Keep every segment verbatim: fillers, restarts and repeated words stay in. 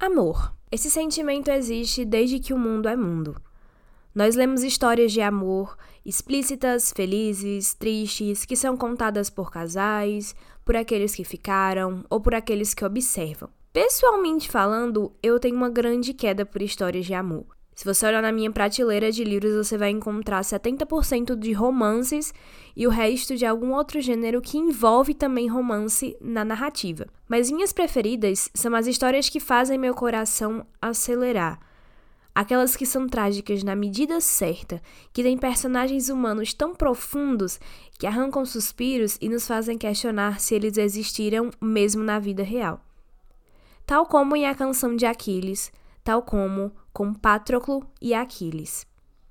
Amor. Esse sentimento existe desde que o mundo é mundo. Nós lemos histórias de amor, explícitas, felizes, tristes, que são contadas por casais, por aqueles que ficaram ou por aqueles que observam. Pessoalmente falando, eu tenho uma grande queda por histórias de amor. Se você olhar na minha prateleira de livros, você vai encontrar setenta por cento de romances e o resto de algum outro gênero que envolve também romance na narrativa. Mas minhas preferidas são as histórias que fazem meu coração acelerar. Aquelas que são trágicas na medida certa, que têm personagens humanos tão profundos que arrancam suspiros e nos fazem questionar se eles existiram mesmo na vida real. Tal como em A Canção de Aquiles, tal como com Patroclo e Aquiles.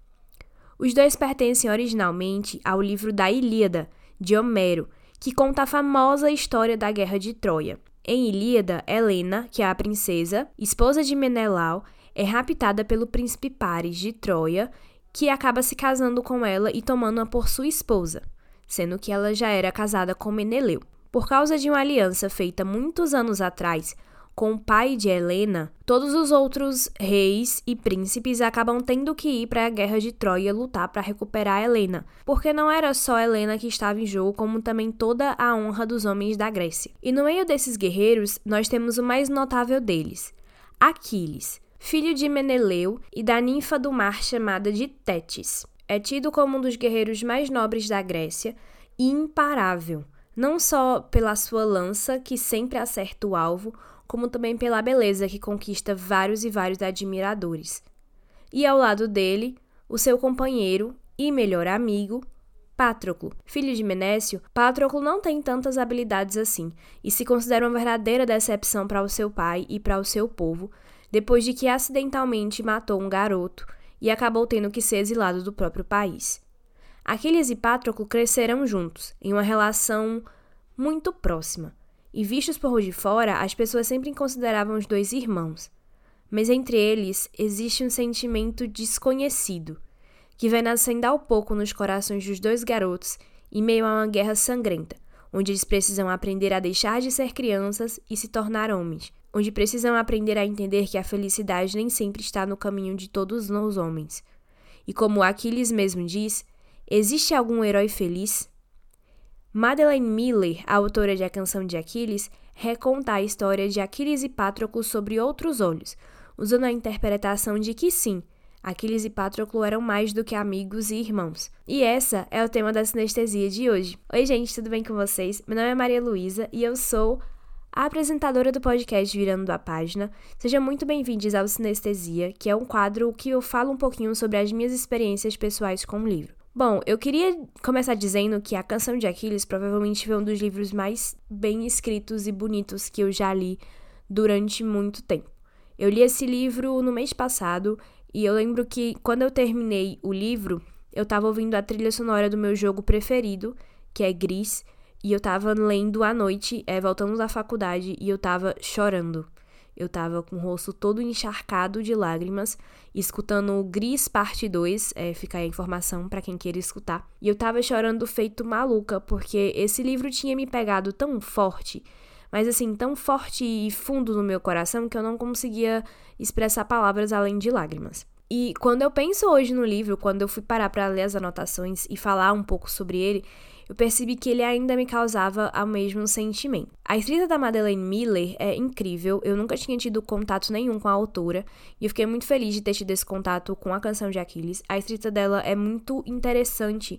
Os dois pertencem originalmente ao livro da Ilíada, de Homero, que conta a famosa história da Guerra de Troia. Em Ilíada, Helena, que é a princesa, esposa de Menelau, é raptada pelo príncipe Paris de Troia, que acaba se casando com ela e tomando-a por sua esposa, sendo que ela já era casada com Meneleu. Por causa de uma aliança feita muitos anos atrás com o pai de Helena, todos os outros reis e príncipes acabam tendo que ir para a Guerra de Troia lutar para recuperar Helena, porque não era só Helena que estava em jogo, como também toda a honra dos homens da Grécia. E no meio desses guerreiros, nós temos o mais notável deles, Aquiles, filho de Meneleu e da ninfa do mar chamada de Tétis. É tido como um dos guerreiros mais nobres da Grécia e imparável, não só pela sua lança, que sempre acerta o alvo, como também pela beleza que conquista vários e vários admiradores. E ao lado dele, o seu companheiro e melhor amigo, Patroclo. Filho de Menécio, Patroclo não tem tantas habilidades assim e se considera uma verdadeira decepção para o seu pai e para o seu povo, depois de que acidentalmente matou um garoto e acabou tendo que ser exilado do próprio país. Aquiles e Patroclo cresceram juntos, em uma relação muito próxima. E vistos por de fora, as pessoas sempre consideravam os dois irmãos. Mas entre eles existe um sentimento desconhecido, que vai nascendo ao pouco nos corações dos dois garotos em meio a uma guerra sangrenta, onde eles precisam aprender a deixar de ser crianças e se tornar homens, onde precisam aprender a entender que a felicidade nem sempre está no caminho de todos os homens. E como Aquiles mesmo diz, existe algum herói feliz? Madeleine Miller, a autora de A Canção de Aquiles, reconta a história de Aquiles e Patroclo sobre outros olhos, usando a interpretação de que sim, Aquiles e Patroclo eram mais do que amigos e irmãos. E essa é o tema da sinestesia de hoje. Oi gente, tudo bem com vocês? Meu nome é Maria Luísa e eu sou a apresentadora do podcast Virando a Página. Sejam muito bem-vindos ao Sinestesia, que é um quadro que eu falo um pouquinho sobre as minhas experiências pessoais com o livro. Bom, eu queria começar dizendo que A Canção de Aquiles provavelmente foi um dos livros mais bem escritos e bonitos que eu já li durante muito tempo. Eu li esse livro no mês passado e eu lembro que quando eu terminei o livro, eu tava ouvindo a trilha sonora do meu jogo preferido, que é Gris, e eu tava lendo à noite, é, voltando da faculdade, e eu tava chorando. Eu tava com o rosto todo encharcado de lágrimas, escutando o Gris parte dois, é, fica aí a informação pra quem queira escutar. E eu tava chorando feito maluca, porque esse livro tinha me pegado tão forte, mas assim, tão forte e fundo no meu coração que eu não conseguia expressar palavras além de lágrimas. E quando eu penso hoje no livro, quando eu fui parar pra ler as anotações e falar um pouco sobre ele, eu percebi que ele ainda me causava o mesmo sentimento. A escrita da Madeleine Miller é incrível, eu nunca tinha tido contato nenhum com a autora, e eu fiquei muito feliz de ter tido esse contato com A Canção de Aquiles. A escrita dela é muito interessante,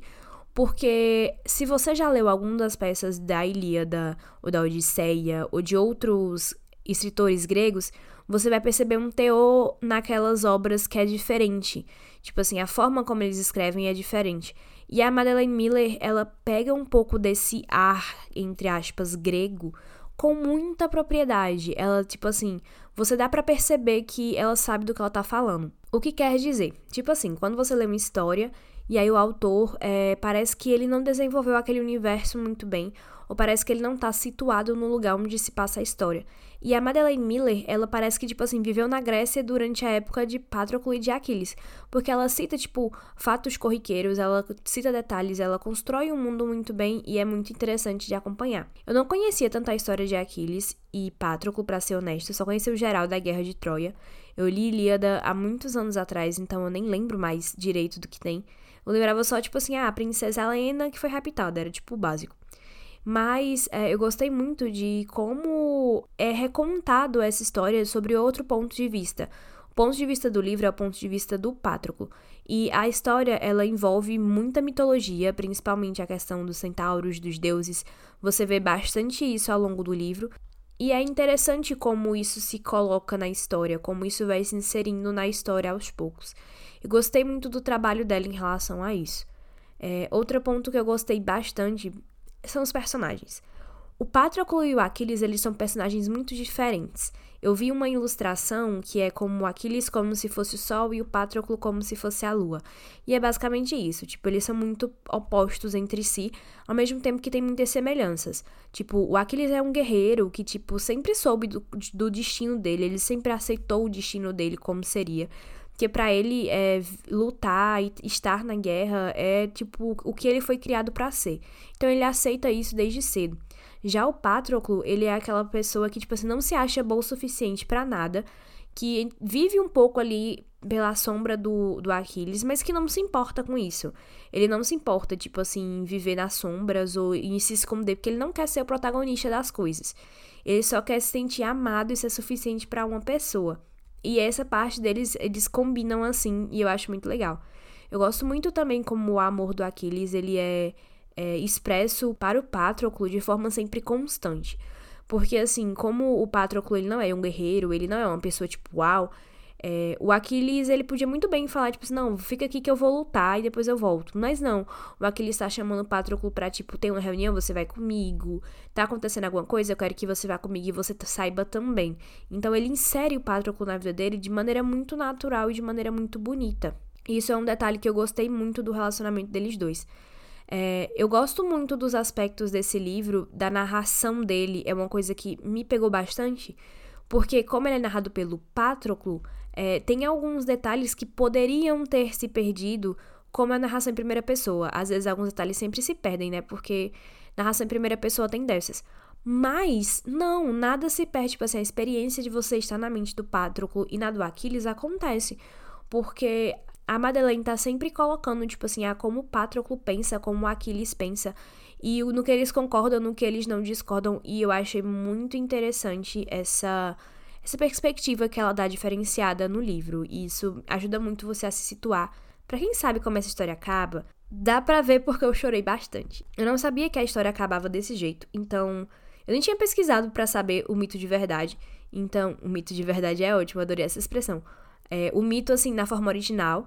porque se você já leu alguma das peças da Ilíada, ou da Odisseia, ou de outros escritores gregos, você vai perceber um teor naquelas obras que é diferente. Tipo assim, a forma como eles escrevem é diferente. E a Madeleine Miller, ela pega um pouco desse ar, entre aspas, grego, com muita propriedade. Ela, tipo assim, você dá pra perceber que ela sabe do que ela tá falando. O que quer dizer? Tipo assim, quando você lê uma história e aí o autor, é, parece que ele não desenvolveu aquele universo muito bem, ou parece que ele não tá situado no lugar onde se passa a história. E a Madeleine Miller, ela parece que, tipo assim, viveu na Grécia durante a época de Patroclo e de Aquiles, porque ela cita, tipo, fatos corriqueiros, ela cita detalhes, ela constrói um mundo muito bem e é muito interessante de acompanhar. Eu não conhecia tanto a história de Aquiles e Patroclo, pra ser honesto, eu só conhecia geral da Guerra de Troia. Eu li Ilíada há muitos anos atrás, então eu nem lembro mais direito do que tem. Eu lembrava só, tipo assim, ah, a princesa Helena que foi raptada, era tipo o básico. Mas é, eu gostei muito de como é recontado essa história sobre outro ponto de vista. O ponto de vista do livro é o ponto de vista do Patroclo. E a história, ela envolve muita mitologia, principalmente a questão dos centauros, dos deuses. Você vê bastante isso ao longo do livro. E é interessante como isso se coloca na história, como isso vai se inserindo na história aos poucos. Eu gostei muito do trabalho dela em relação a isso. É, outro ponto que eu gostei bastante são os personagens. O Patroclo e o Aquiles, eles são personagens muito diferentes. Eu vi uma ilustração que é como o Aquiles como se fosse o Sol e o Patroclo como se fosse a Lua. E é basicamente isso, tipo, eles são muito opostos entre si, ao mesmo tempo que tem muitas semelhanças. Tipo, o Aquiles é um guerreiro que, tipo, sempre soube do, do destino dele, ele sempre aceitou o destino dele como seria. Porque pra ele, é, lutar e estar na guerra é, tipo, o que ele foi criado pra ser. Então, ele aceita isso desde cedo. Já o Patroclo, ele é aquela pessoa que, tipo assim, não se acha bom o suficiente pra nada, que vive um pouco ali pela sombra do, do Aquiles, mas que não se importa com isso. Ele não se importa, tipo assim, viver nas sombras ou em se esconder, porque ele não quer ser o protagonista das coisas. Ele só quer se sentir amado e ser suficiente pra uma pessoa. E essa parte deles, eles combinam assim, e eu acho muito legal. Eu gosto muito também como o amor do Aquiles, ele é, é expresso para o Patroclo de forma sempre constante. Porque, assim, como o Patroclo, ele não é um guerreiro, ele não é uma pessoa, tipo, uau, é, o Aquiles, ele podia muito bem falar, tipo assim, não, fica aqui que eu vou lutar e depois eu volto. Mas não, o Aquiles tá chamando o Patroclo pra, tipo, tem uma reunião, você vai comigo, tá acontecendo alguma coisa, eu quero que você vá comigo e você saiba também. Então ele insere o Patroclo na vida dele de maneira muito natural e de maneira muito bonita. E isso é um detalhe que eu gostei muito do relacionamento deles dois. É, eu gosto muito dos aspectos desse livro, da narração dele, é uma coisa que me pegou bastante, porque como ele é narrado pelo Patroclo, é, tem alguns detalhes que poderiam ter se perdido, como a narração em primeira pessoa. Às vezes alguns detalhes sempre se perdem, né, porque narração em primeira pessoa tem dessas. Mas, não, nada se perde, tipo assim, a experiência de você estar na mente do Patroclo e na do Aquiles acontece, porque a Madeleine tá sempre colocando, tipo assim, ah, como o Patroclo pensa, como o Aquiles pensa, e no que eles concordam, no que eles não discordam, e eu achei muito interessante essa, essa perspectiva que ela dá diferenciada no livro, e isso ajuda muito você a se situar. Pra quem sabe como essa história acaba, dá pra ver porque eu chorei bastante. Eu não sabia que a história acabava desse jeito, então eu nem tinha pesquisado pra saber o mito de verdade, então, o mito de verdade é ótimo, eu adorei essa expressão. É, o mito, assim, na forma original,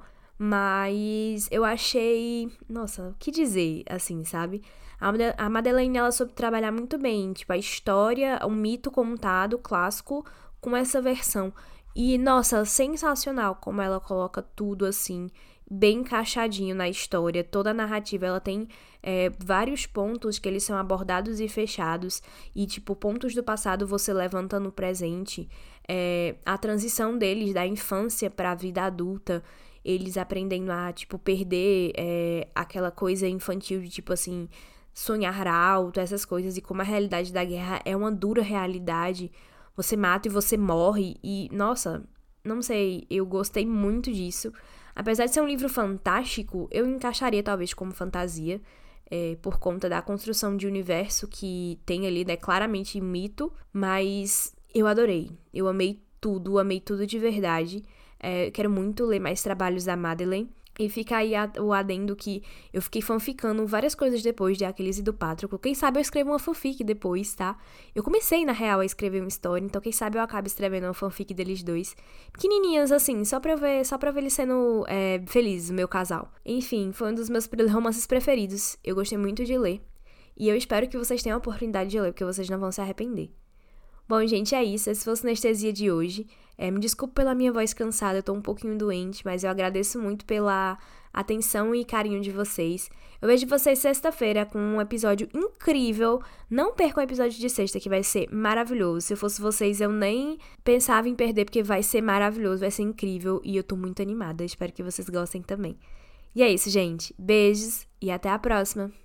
mas eu achei... Nossa, o que dizer, assim, sabe? A Madeleine, ela soube trabalhar muito bem, tipo, a história, um mito contado, clássico, com essa versão. E, nossa, sensacional como ela coloca tudo, assim, bem encaixadinho na história. Toda a narrativa, ela tem é, vários pontos que eles são abordados e fechados. E, tipo, pontos do passado você levanta no presente. É, a transição deles da infância para a vida adulta, eles aprendendo a, tipo, perder é, aquela coisa infantil de, tipo, assim, sonhar alto, essas coisas, e como a realidade da guerra é uma dura realidade, você mata e você morre, e, nossa, não sei, eu gostei muito disso. Apesar de ser um livro fantástico, eu encaixaria talvez como fantasia, é, por conta da construção de universo que tem ali, né, claramente mito, mas eu adorei, eu amei tudo, amei tudo de verdade. É, quero muito ler mais trabalhos da Madeleine. E fica aí a, o adendo que eu fiquei fanficando várias coisas depois de Aquiles e do Patroclo. Quem sabe eu escrevo uma fanfic depois, tá? Eu comecei, na real, a escrever uma história, então quem sabe eu acabe escrevendo uma fanfic deles dois. Pequenininhas, assim, só pra eu ver, só pra ver eles sendo é, felizes, o meu casal. Enfim, foi um dos meus romances preferidos. Eu gostei muito de ler. E eu espero que vocês tenham a oportunidade de ler, porque vocês não vão se arrepender. Bom, gente, é isso. Esse foi o Sinestesia de hoje. É, me desculpe pela minha voz cansada, eu tô um pouquinho doente, mas eu agradeço muito pela atenção e carinho de vocês. Eu vejo vocês sexta-feira com um episódio incrível. Não percam o episódio de sexta, que vai ser maravilhoso. Se eu fosse vocês, eu nem pensava em perder, porque vai ser maravilhoso, vai ser incrível. E eu tô muito animada, espero que vocês gostem também. E é isso, gente. Beijos e até a próxima!